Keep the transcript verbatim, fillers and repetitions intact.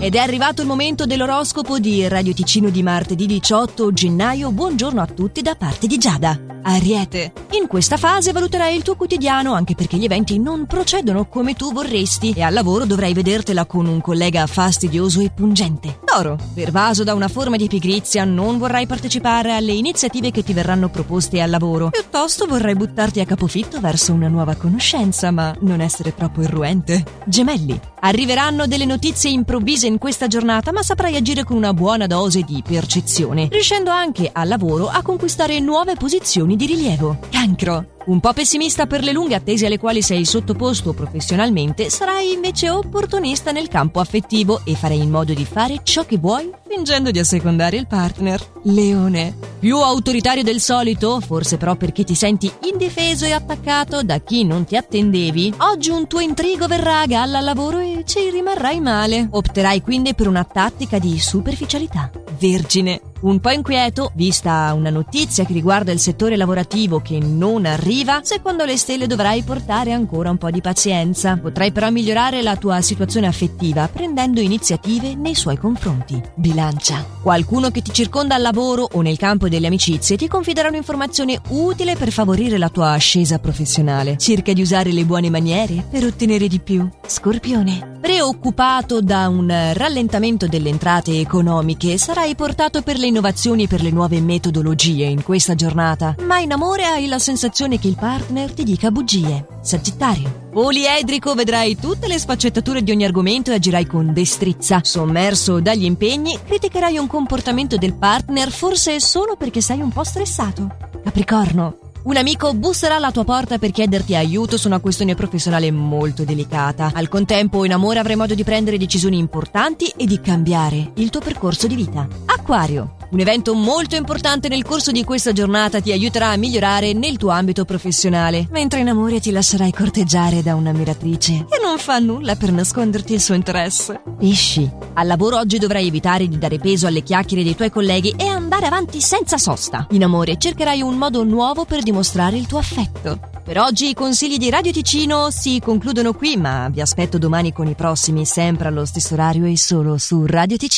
Ed è arrivato il momento dell'oroscopo di Radio Ticino di martedì diciotto gennaio. Buongiorno a tutti da parte di Giada. Ariete, in questa fase valuterai il tuo quotidiano anche perché gli eventi non procedono come tu vorresti e al lavoro dovrai vedertela con un collega fastidioso e pungente. Toro, pervaso da una forma di pigrizia, non vorrai partecipare alle iniziative che ti verranno proposte al lavoro. Piuttosto vorrai buttarti a capofitto verso una nuova conoscenza, ma non essere troppo irruente. Gemelli, arriveranno delle notizie improvvise in questa giornata, ma saprai agire con una buona dose di percezione, riuscendo anche al lavoro a conquistare nuove posizioni di rilievo. Cancro, un po' pessimista per le lunghe attese alle quali sei sottoposto professionalmente, sarai invece opportunista nel campo affettivo e farai in modo di fare ciò che vuoi fingendo di assecondare il partner. Leone, più autoritario del solito, forse però perché ti senti indifeso e attaccato da chi non ti attendevi, oggi un tuo intrigo verrà a galla al lavoro e ci rimarrai male. Opterai quindi per una tattica di superficialità. Vergine, un po' inquieto, vista una notizia che riguarda il settore lavorativo che non arriva, secondo le stelle dovrai portare ancora un po' di pazienza. Potrai però migliorare la tua situazione affettiva prendendo iniziative nei suoi confronti. Bilancia, qualcuno che ti circonda al lavoro o nel campo delle amicizie ti confiderà un'informazione utile per favorire la tua ascesa professionale. Cerca di usare le buone maniere per ottenere di più. Scorpione, preoccupato da un rallentamento delle entrate economiche, sarai portato per le innovazioni e per le nuove metodologie in questa giornata, ma in amore hai la sensazione che il partner ti dica bugie. Sagittario, poliedrico, vedrai tutte le sfaccettature di ogni argomento e agirai con destrizza. Sommerso dagli impegni, criticherai un comportamento del partner forse solo perché sei un po' stressato. Capricorno, un amico busserà alla tua porta per chiederti aiuto su una questione professionale molto delicata. Al contempo, in amore avrai modo di prendere decisioni importanti e di cambiare il tuo percorso di vita. Acquario, un evento molto importante nel corso di questa giornata ti aiuterà a migliorare nel tuo ambito professionale, mentre in amore ti lascerai corteggiare da un'ammiratrice che non fa nulla per nasconderti il suo interesse. Pesci, al lavoro oggi dovrai evitare di dare peso alle chiacchiere dei tuoi colleghi e andare avanti senza sosta. In amore cercherai un modo nuovo per dimostrare il tuo affetto. Per oggi i consigli di Radio Ticino si concludono qui, ma vi aspetto domani con i prossimi, sempre allo stesso orario e solo su Radio Ticino.